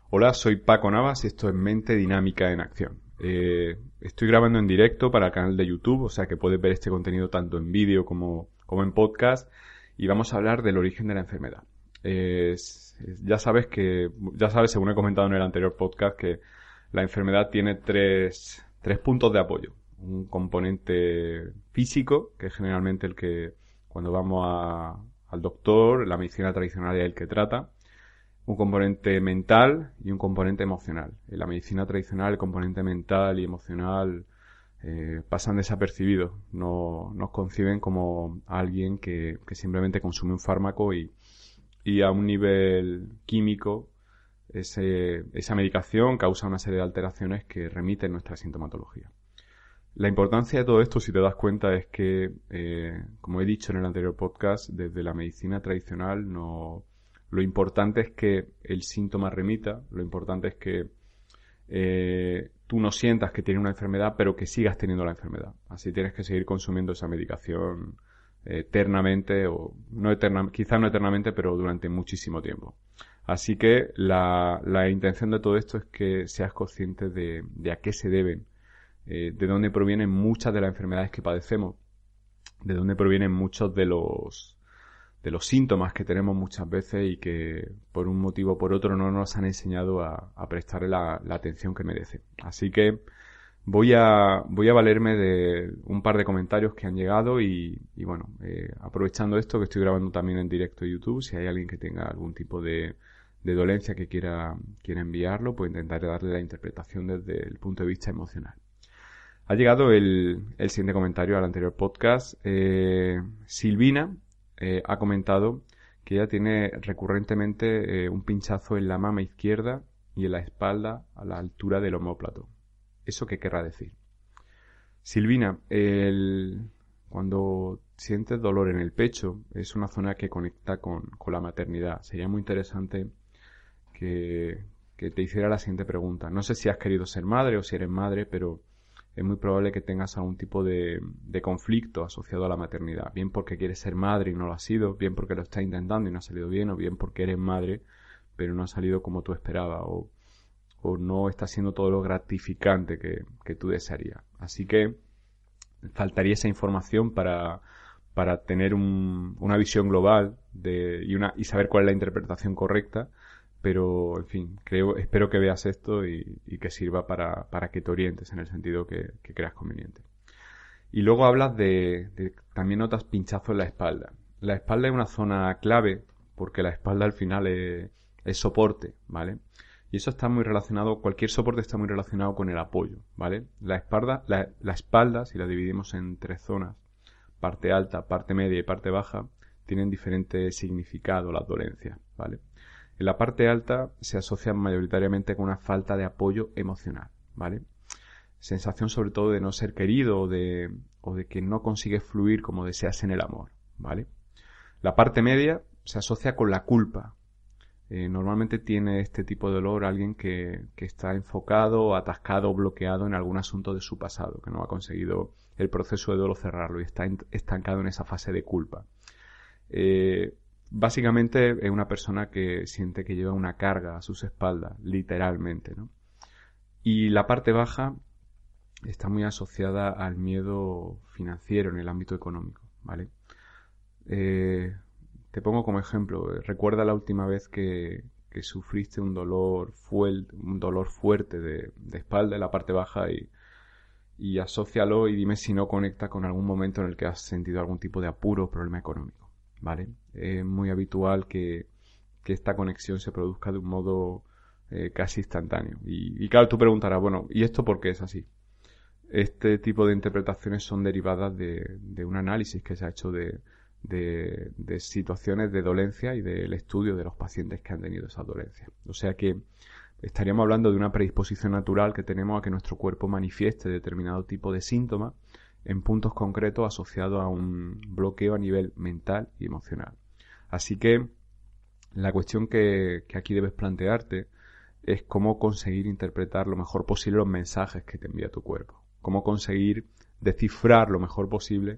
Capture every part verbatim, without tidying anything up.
Hola, soy Paco Navas y esto es Mente Dinámica en Acción. Eh, estoy grabando en directo para el canal de YouTube, o sea que puedes ver este contenido tanto en vídeo como, como en podcast, y vamos a hablar del origen de la enfermedad. Eh, ya sabes que, ya sabes, según he comentado en el anterior podcast, que la enfermedad tiene tres, tres puntos de apoyo. Un componente físico, que es generalmente el que cuando vamos a, al doctor, la medicina tradicional es el que trata. Un componente mental y un componente emocional. En la medicina tradicional el componente mental y emocional eh, pasan desapercibidos. No nos conciben como alguien que, que simplemente consume un fármaco y, y a un nivel químico ese, esa medicación causa una serie de alteraciones que remiten nuestra sintomatología. La importancia de todo esto, si te das cuenta, es que, eh, como he dicho en el anterior podcast, desde la medicina tradicional no... Lo importante es que el síntoma remita, lo importante es que eh, tú no sientas que tienes una enfermedad, pero que sigas teniendo la enfermedad. Así tienes que seguir consumiendo esa medicación eh, eternamente, o no eterna, quizás no eternamente, pero durante muchísimo tiempo. Así que la, la intención de todo esto es que seas consciente de, de a qué se deben, eh, de dónde provienen muchas de las enfermedades que padecemos, de dónde provienen muchos de los de los síntomas que tenemos muchas veces y que por un motivo o por otro no nos han enseñado a, a prestarle la, la atención que merece. Así que voy a voy a valerme de un par de comentarios que han llegado y, y bueno, eh, aprovechando esto que estoy grabando también en directo de YouTube, si hay alguien que tenga algún tipo de, de dolencia que quiera, quiera enviarlo, pues intentaré darle la interpretación desde el punto de vista emocional. Ha llegado el, el siguiente comentario al anterior podcast. Eh, Silvina Eh, ha comentado que ella tiene recurrentemente eh, un pinchazo en la mama izquierda y en la espalda a la altura del omóplato. ¿Eso qué querrá decir? Silvina, el, cuando sientes dolor en el pecho es una zona que conecta con, con la maternidad. Sería muy interesante que, que te hiciera la siguiente pregunta. No sé si has querido ser madre o si eres madre, pero es muy probable que tengas algún tipo de, de conflicto asociado a la maternidad. Bien porque quieres ser madre y no lo has sido, bien porque lo estás intentando y no ha salido bien, o bien porque eres madre pero no ha salido como tú esperabas, o, o no está siendo todo lo gratificante que, que tú desearías. Así que faltaría esa información para, para tener un, una visión global de, y, una, y saber cuál es la interpretación correcta. Pero, en fin, creo, espero que veas esto y, y que sirva para, para que te orientes en el sentido que, que creas conveniente. Y luego hablas de, de, también notas pinchazo en la espalda. La espalda es una zona clave porque la espalda al final es, es soporte, ¿vale? Y eso está muy relacionado, cualquier soporte está muy relacionado con el apoyo, ¿vale? La espalda, la, la espalda, si la dividimos en tres zonas, parte alta, parte media y parte baja, tienen diferente significado las dolencias, ¿vale? En la parte alta se asocian mayoritariamente con una falta de apoyo emocional, ¿vale? Sensación sobre todo de no ser querido o de, o de que no consigues fluir como deseas en el amor, ¿vale? La parte media se asocia con la culpa. Eh, normalmente tiene este tipo de dolor alguien que, que está enfocado, atascado o bloqueado en algún asunto de su pasado, que no ha conseguido el proceso de duelo cerrarlo y está estancado en esa fase de culpa. Eh, Básicamente es una persona que siente que lleva una carga a sus espaldas, literalmente, ¿no? Y la parte baja está muy asociada al miedo financiero en el ámbito económico, ¿vale? Eh, te pongo como ejemplo, recuerda la última vez que, que sufriste un dolor, fuel, un dolor fuerte de, de espalda en la parte baja y, y asócialo y dime si no conecta con algún momento en el que has sentido algún tipo de apuro o problema económico. ¿Vale? Es muy habitual que, que esta conexión se produzca de un modo eh, casi instantáneo. Y, y claro, tú preguntarás, bueno, ¿y esto por qué es así? Este tipo de interpretaciones son derivadas de, de un análisis que se ha hecho de, de, de situaciones de dolencia y del estudio de los pacientes que han tenido esa dolencia. O sea que estaríamos hablando de una predisposición natural que tenemos a que nuestro cuerpo manifieste determinado tipo de síntomas en puntos concretos asociados a un bloqueo a nivel mental y emocional. Así que la cuestión que, que aquí debes plantearte es cómo conseguir interpretar lo mejor posible los mensajes que te envía tu cuerpo. Cómo conseguir descifrar lo mejor posible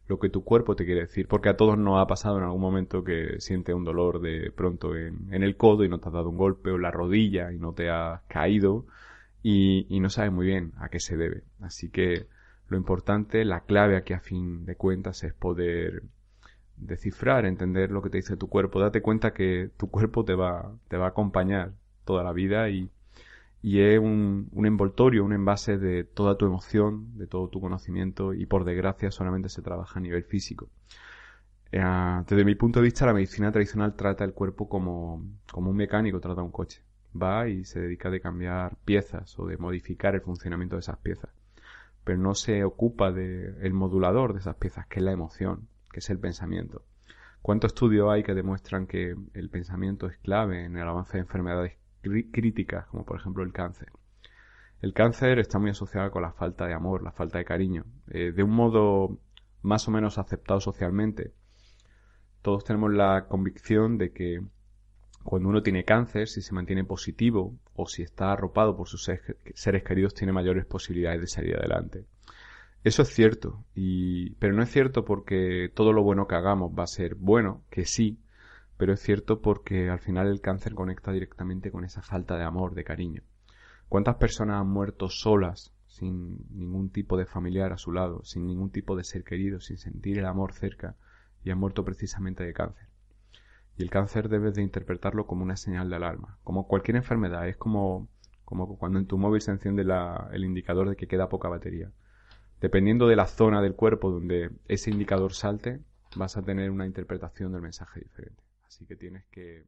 lo que tu cuerpo te quiere decir, porque a todos nos ha pasado en algún momento que sientes un dolor de pronto en, en el codo y no te has dado un golpe, o en la rodilla y no te has caído y, y no sabes muy bien a qué se debe. Así que lo importante, la clave aquí a fin de cuentas es poder descifrar, entender lo que te dice tu cuerpo. Date cuenta que tu cuerpo te va, te va a acompañar toda la vida y Y es un, un envoltorio, un envase de toda tu emoción, de todo tu conocimiento, y por desgracia solamente se trabaja a nivel físico. Eh, desde mi punto de vista, la medicina tradicional trata el cuerpo como, como un mecánico trata un coche. Va y se dedica de cambiar piezas o de modificar el funcionamiento de esas piezas. Pero no se ocupa del modulador de esas piezas, que es la emoción, que es el pensamiento. ¿Cuántos estudios hay que demuestran que el pensamiento es clave en el avance de enfermedades críticas, como por ejemplo el cáncer? El cáncer está muy asociado con la falta de amor, la falta de cariño, eh, de un modo más o menos aceptado socialmente. Todos tenemos la convicción de que cuando uno tiene cáncer, si se mantiene positivo o si está arropado por sus seres queridos, tiene mayores posibilidades de salir adelante. Eso es cierto, y pero no es cierto porque todo lo bueno que hagamos va a ser bueno, que sí, pero es cierto porque al final el cáncer conecta directamente con esa falta de amor, de cariño. ¿Cuántas personas han muerto solas, sin ningún tipo de familiar a su lado, sin ningún tipo de ser querido, sin sentir el amor cerca, y han muerto precisamente de cáncer? Y el cáncer debes de interpretarlo como una señal de alarma, como cualquier enfermedad. Es como, como cuando en tu móvil se enciende la, el indicador de que queda poca batería. Dependiendo de la zona del cuerpo donde ese indicador salte, vas a tener una interpretación del mensaje diferente. Así que tienes que...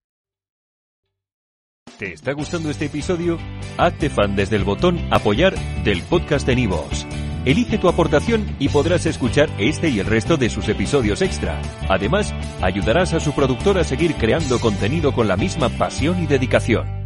¿Te está gustando este episodio? Hazte fan desde el botón Apoyar del podcast de Nivos. Elige tu aportación y podrás escuchar este y el resto de sus episodios extra. Además, ayudarás a su productor a seguir creando contenido con la misma pasión y dedicación.